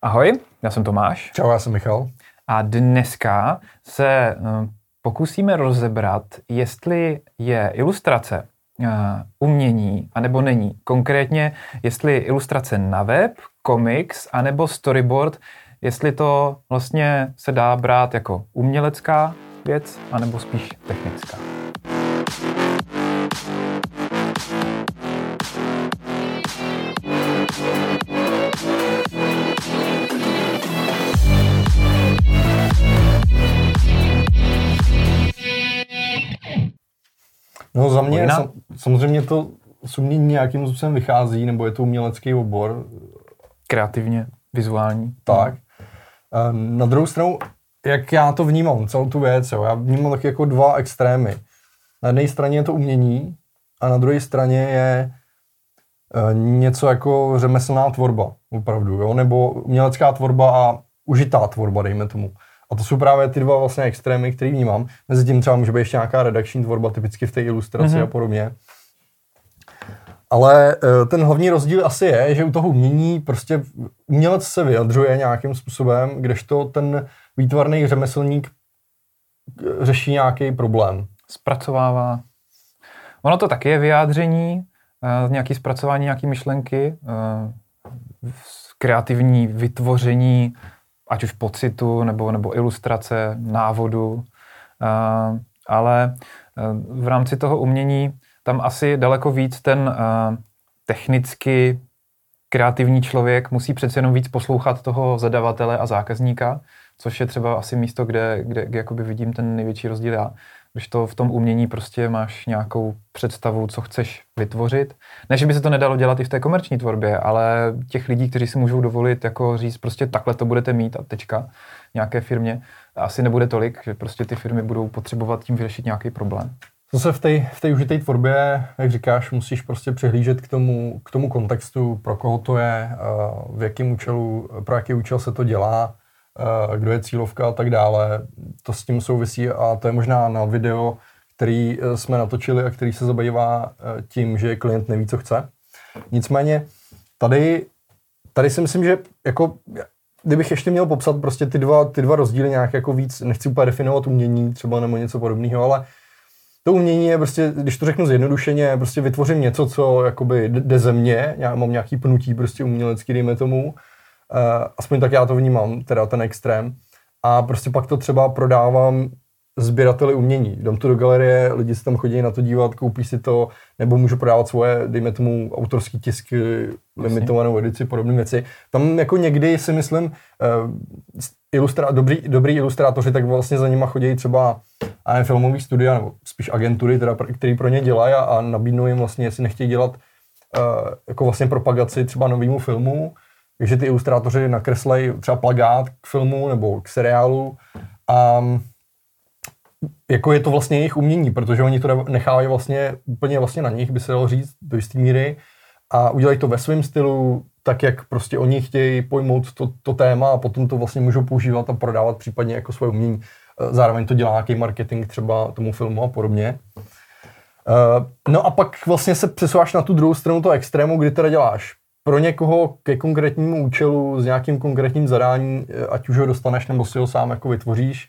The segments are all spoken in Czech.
Ahoj, já jsem Tomáš. Čau, já jsem Michal. A dneska se pokusíme rozebrat, jestli je ilustrace umění, anebo není. Konkrétně, jestli ilustrace na web, komiks, anebo storyboard, jestli to vlastně se dá brát jako umělecká věc, anebo spíš technická. No za mě samozřejmě to z umění nějakým způsobem vychází, nebo je to umělecký obor. Kreativně, vizuální. Tak. Na druhou stranu, jak já to vnímám, celou tu věc, jo, já vnímám taky jako dva extrémy. Na jedné straně je to umění a na druhé straně je něco jako řemeslná tvorba, opravdu, jo, nebo umělecká tvorba a užitá tvorba, dejme tomu. A to jsou právě ty dva vlastně extrémy, které vnímám. Mezi tím třeba může být ještě nějaká redakční tvorba, typicky v té ilustraci a podobně. Ale ten hlavní rozdíl asi je, že u toho umění prostě umělec se vyjadřuje nějakým způsobem, kdežto ten výtvarný řemeslník řeší nějaký problém. Zpracovává. Ono to taky je vyjádření, nějaké zpracování, nějaké myšlenky, kreativní vytvoření, ať už pocitu, nebo ilustrace, návodu, ale v rámci toho umění tam asi daleko víc ten technicky kreativní člověk musí přece jenom víc poslouchat toho zadavatele a zákazníka, což je třeba asi místo, kde jakoby vidím ten největší rozdíl já. Když to v tom umění prostě máš nějakou představu, co chceš vytvořit. Ne, že by se to nedalo dělat i v té komerční tvorbě, ale těch lidí, kteří si můžou dovolit jako říct prostě takhle to budete mít a tečka nějaké firmě, asi nebude tolik, že prostě ty firmy budou potřebovat tím vyřešit nějaký problém. Zase v té užité tvorbě, jak říkáš, musíš prostě přihlížet k tomu kontextu, pro koho to je, v jakém účelu, pro jaký účel se to dělá, kdo je cílovka a tak dále. To s tím souvisí a to je možná na video, který jsme natočili a který se zabývá tím, že klient neví, co chce. Nicméně tady si myslím, že jako kdybych ještě měl popsat prostě ty dva rozdíly nějak jako víc, nechci úplně definovat umění třeba nebo něco podobného, ale to umění je prostě, když to řeknu zjednodušeně, prostě vytvořím něco, co jakoby jde ze mě, já mám nějaký pnutí prostě umělecký, dejme tomu, aspoň tak já to vnímám, teda ten extrém, a prostě pak to třeba prodávám sběrateli umění. Dám to do galerie, lidi se tam chodí na to dívat, koupí si to, nebo můžu prodávat svoje, dejme tomu, autorský tisk, limitovanou edici, podobné věci. Tam jako někdy si myslím, dobrý ilustrátoři, tak vlastně za nima chodí třeba filmový studia, nebo spíš agentury, teda, který pro ně dělají a nabídnou jim vlastně, jestli nechtějí dělat jako vlastně propagaci třeba novému filmu, takže ty ilustrátoři nakreslejí třeba plakát k filmu nebo k seriálu a jako je to vlastně jejich umění, protože oni to nechávají vlastně úplně vlastně na nich, by se dalo říct, do jisté míry a udělají to ve svém stylu, tak jak prostě oni chtějí pojmout to téma a potom to vlastně můžou používat a prodávat případně jako svoje umění. Zároveň to dělá nějaký marketing třeba tomu filmu a podobně. No a pak vlastně se přesouváš na tu druhou stranu toho extrému, kdy teda děláš pro někoho ke konkrétnímu účelu s nějakým konkrétním zadáním, ať už ho dostaneš nebo si ho sám jako vytvoříš.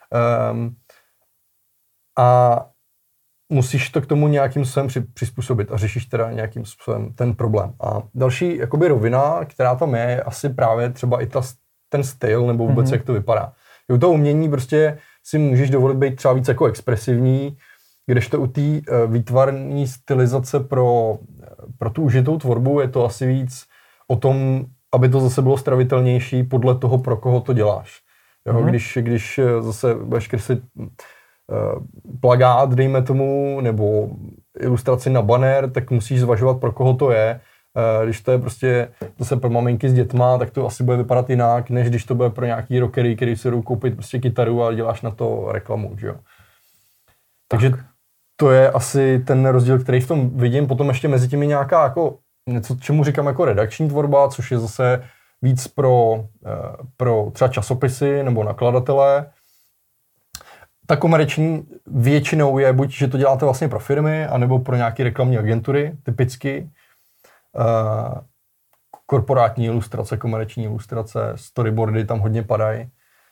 A musíš to k tomu nějakým způsobem přizpůsobit a řešíš teda nějakým způsobem ten problém. A další jakoby rovina, která tam je asi právě třeba i ten styl nebo vůbec jak to vypadá. U toho umění prostě si můžeš dovolit být třeba víc jako expresivní, kdežto u té výtvarné stylizace pro tu užitou tvorbu je to asi víc o tom, aby to zase bylo stravitelnější podle toho, pro koho to děláš. Jo, když zase budeš kreslit plakát, dejme tomu, nebo ilustraci na banner, tak musíš zvažovat, pro koho to je. Když to je prostě zase pro maminky s dětma, tak to asi bude vypadat jinak, než když to bude pro nějaký rockery, který si jdou koupit prostě kytaru a děláš na to reklamu, že jo. Takže to je asi ten rozdíl, který v tom vidím. Potom ještě mezi tím je nějaká jako něco, čemu říkám jako redakční tvorba, což je zase víc pro třeba časopisy nebo nakladatele. Ta komerční většinou je buď, že to děláte vlastně pro firmy, anebo pro nějaké reklamní agentury, typicky. korporátní ilustrace, komerční ilustrace, storyboardy tam hodně padají.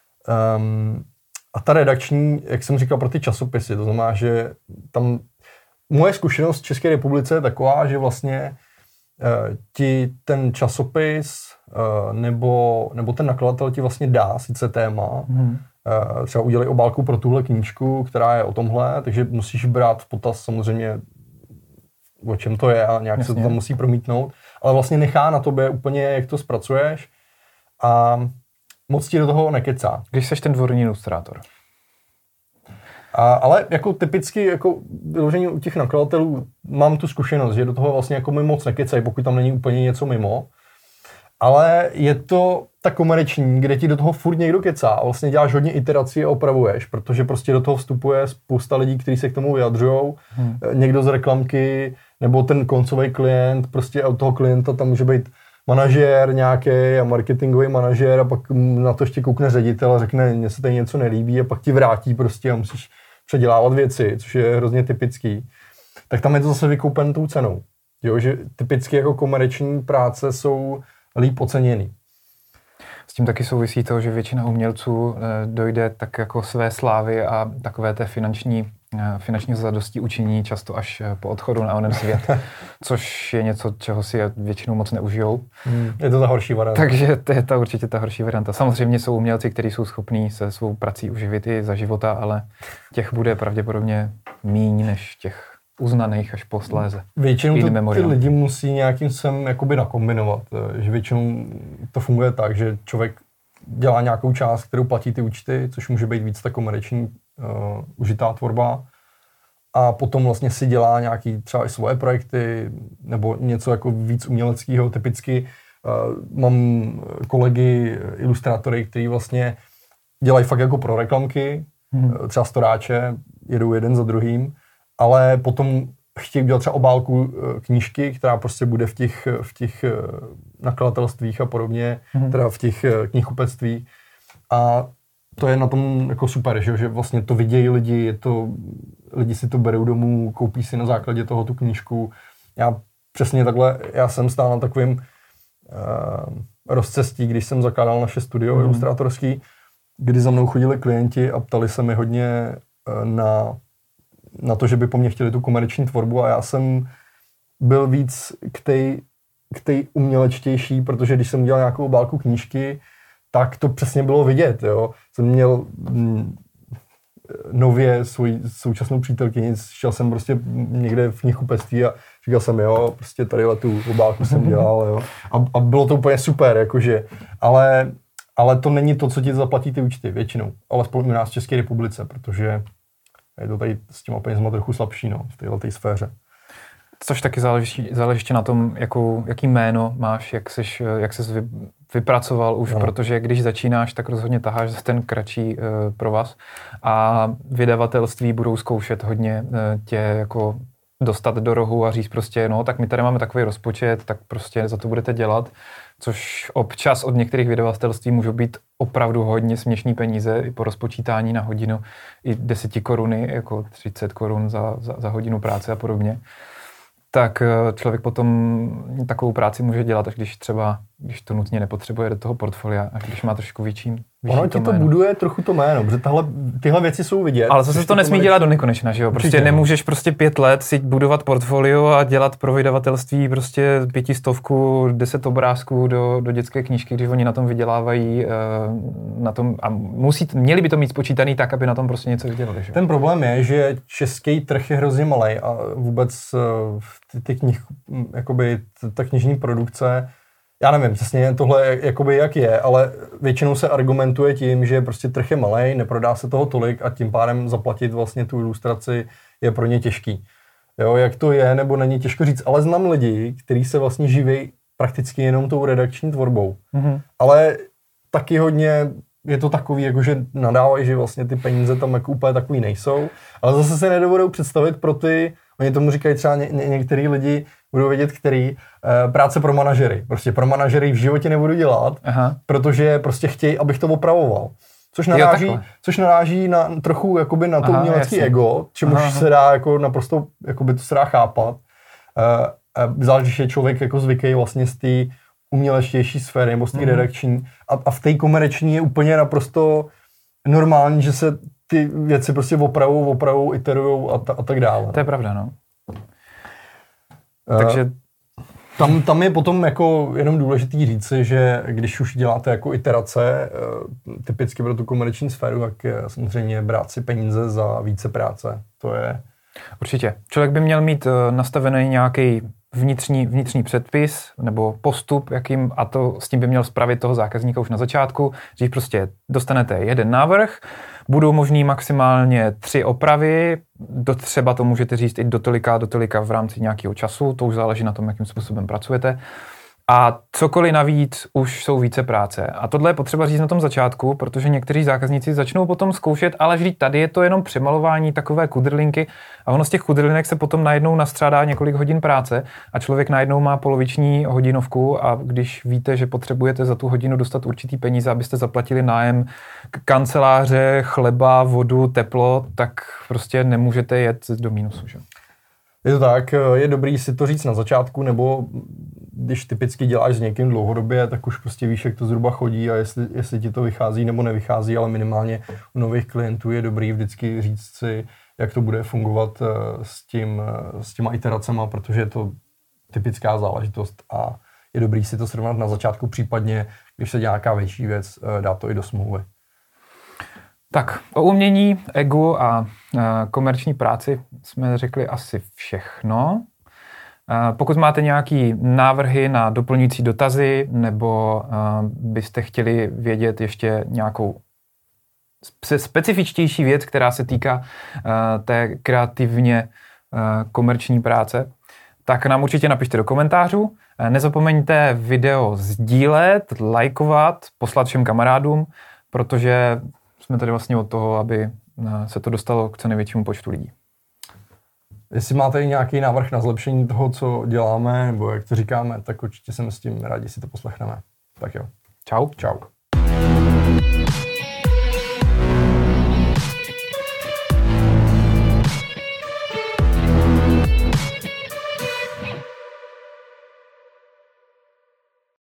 A ta redakční, jak jsem říkal, pro ty časopisy, to znamená, že tam moje zkušenost v České republice je taková, že vlastně ti ten časopis nebo ten nakladatel ti vlastně dá sice téma, třeba udělej obálku pro tuhle knížku, která je o tomhle, takže musíš brát v potaz samozřejmě, o čem to je a nějak se to tam musí promítnout, ale vlastně nechá na tobě úplně, jak to zpracuješ a moc ti do toho nekecá. Když seš ten dvorní ilustrátor. Ale jako typicky jako vyložení u těch nakladatelů mám tu zkušenost, že do toho vlastně jako mi moc nekecají, pokud tam není úplně něco mimo. Ale je to ta komerční, kde ti do toho furt někdo kecá a vlastně děláš hodně iterací a opravuješ, protože prostě do toho vstupuje spousta lidí, kteří se k tomu vyjadřujou. Někdo z reklamky, nebo ten koncový klient, prostě od toho klienta tam může být manažér nějaký a marketingový manažér a pak na to ještě koukne ředitel a řekne, mně se tady něco nelíbí a pak ti vrátí prostě a musíš předělávat věci, což je hrozně typický. Tak tam je to zase vykoupen tou cenou. Jo, že typicky jako komerční práce jsou líp oceněný. S tím taky souvisí to, že většina umělců dojde tak jako své slávy a takové té finanční zadosti učiní často až po odchodu na onen svět, což je něco, čeho si většinou moc neužijou. Je to ta horší varianta. Takže to je určitě ta horší varianta. Samozřejmě jsou umělci, kteří jsou schopní se svou prací uživit i za života, ale těch bude pravděpodobně míň než těch uznaných až posléze. Většinou ty lidi musí nějakým způsobem jakoby nakombinovat, že většinou to funguje tak, že člověk dělá nějakou část, kterou platí ty účty, což může být víc ta komerční užitá tvorba a potom vlastně si dělá nějaký třeba i svoje projekty nebo něco jako víc uměleckého. Typicky mám kolegy, ilustrátory, kteří vlastně dělají fakt jako pro reklamky, třeba storáče, jedou jeden za druhým, ale potom chtějí udělat třeba obálku knížky, která prostě bude v těch nakladatelstvích a podobně, teda v těch knihkupectvích. A to je na tom jako super, že vlastně to vidějí lidi, lidi si to berou domů, koupí si na základě toho tu knížku. Já přesně takhle, já jsem stál na takovým rozcestí, když jsem zakládal naše studio ilustrátorský, kdy za mnou chodili klienti a ptali se mi hodně na to, že by po mně chtěli tu komerční tvorbu a já jsem byl víc k té umělečtější, protože když jsem udělal nějakou obálku knížky, tak to přesně bylo vidět, jo. Jsem měl nově svoji současnou přítelkyni, šel jsem prostě někde v knihkupectví a říkal jsem, jo, prostě tadyhle tu obálku jsem dělal, jo. A bylo to úplně super, jakože, ale to není to, co ti zaplatí ty účty většinou, alespoň u nás v České republice, protože je to tady s těma penězma trochu slabší, no, v této sféře. Což taky záleží ještě na tom, jaký jméno máš, jak ses vypracoval už, protože když začínáš, tak rozhodně taháš za ten kratší provaz a vydavatelství budou zkoušet hodně tě jako dostat do rohu a říct prostě, no tak my tady máme takový rozpočet, tak prostě za to budete dělat, což občas od některých vydavatelství můžou být opravdu hodně směšný peníze i po rozpočítání na hodinu, i 10 koruny, jako 30 korun za hodinu práce a podobně. Tak člověk potom takovou práci může dělat, až když to nutně nepotřebuje do toho portfolia, až když má trošku vyšší ono ti to buduje trochu to jméno, protože tyhle věci jsou vidět. Ale zase to nesmí dělat do nekonečna, že jo? Prostě nemůžeš prostě 5 let si budovat portfolio a dělat pro vydavatelství prostě 500, 10 obrázků do dětské knížky, když oni na tom vydělávají na tom a měli by to mít spočítaný tak, aby na tom prostě něco vydělali, že? Ten problém je, že český trh je hrozně malej a vůbec ta knižní produkce, já nevím přesně tohle jakoby jak je, ale většinou se argumentuje tím, že prostě trh je malej, neprodá se toho tolik a tím pádem zaplatit vlastně tu ilustraci je pro ně těžký. Jo, jak to je, nebo není těžko říct, ale znám lidi, kteří se vlastně živí prakticky jenom tou redakční tvorbou. Ale taky hodně je to takový, jakože nadávají, že vlastně ty peníze tam jako úplně takový nejsou, ale zase se nedovedou představit pro ty, oni tomu říkají třeba některý lidi, budou vědět, který práce pro manažery. Prostě pro manažery v životě nebudu dělat, protože prostě chtějí, abych to opravoval. Což naráží na trochu jakoby na to umělecký ego, čemuž se dá jako naprosto jakoby to se dá chápat. Záleží, že je člověk jako zvyklý vlastně z té umělečtější sféry nebo z té redakční a v té komerční je úplně naprosto normální, že se ty věci prostě opravujou, iterujou a tak dále. To je pravda, no. Takže tam je potom jako jenom důležitý říci, že když už děláte jako iterace, typicky pro tu komerční sféru, tak samozřejmě brát si peníze za více práce. To je... Určitě. Člověk by měl mít nastavený nějaký vnitřní předpis nebo postup, jakým, a to s tím by měl spravit toho zákazníka už na začátku, že prostě dostanete jeden návrh, budou možný maximálně 3 opravy, třeba to můžete říct i do tolika v rámci nějakého času, to už záleží na tom, jakým způsobem pracujete. A cokoliv navíc už jsou více práce. A tohle je potřeba říct na tom začátku, protože někteří zákazníci začnou potom zkoušet, ale vždyť tady je to jenom přemalování takové kudrlinky a ono z těch kudrlinek se potom najednou nastřádá několik hodin práce a člověk najednou má poloviční hodinovku a když víte, že potřebujete za tu hodinu dostat určitý peníze, abyste zaplatili nájem kanceláře, chleba, vodu, teplo, tak prostě nemůžete jet do mínusu. Že? Je to tak, je dobrý si to říct na začátku, nebo když typicky děláš s někým dlouhodobě, tak už prostě víš, jak to zhruba chodí a jestli ti to vychází nebo nevychází, ale minimálně u nových klientů je dobrý vždycky říct si, jak to bude fungovat s těma iteracema, protože je to typická záležitost a je dobrý si to srovnat na začátku, případně, když se dělá nějaká větší věc, dá to i do smlouvy. Tak, o umění, egu a komerční práci jsme řekli asi všechno. Pokud máte nějaké návrhy na doplňující dotazy nebo byste chtěli vědět ještě nějakou specifičtější věc, která se týká té kreativně komerční práce, tak nám určitě napište do komentářů. Nezapomeňte video sdílet, lajkovat, poslat všem kamarádům, protože jsme tady vlastně od toho, aby se to dostalo k co největšímu počtu lidí. Jestli máte i nějaký návrh na zlepšení toho, co děláme, nebo jak to říkáme, tak určitě jsme s tím rádi si to poslechneme. Tak jo. Čau. Čau.